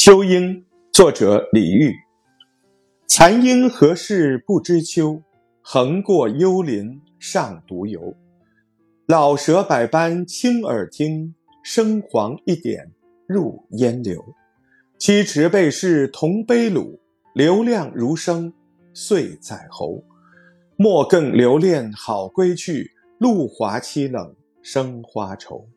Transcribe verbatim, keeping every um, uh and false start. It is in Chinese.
秋莺，作者李煜。残鹰何事不知秋，横过幽林上独游。老蛇百般亲耳听，生黄一点入烟流。七尺背是同杯卤，流量如生岁在喉。莫更留恋好归去，露华凄冷生花愁。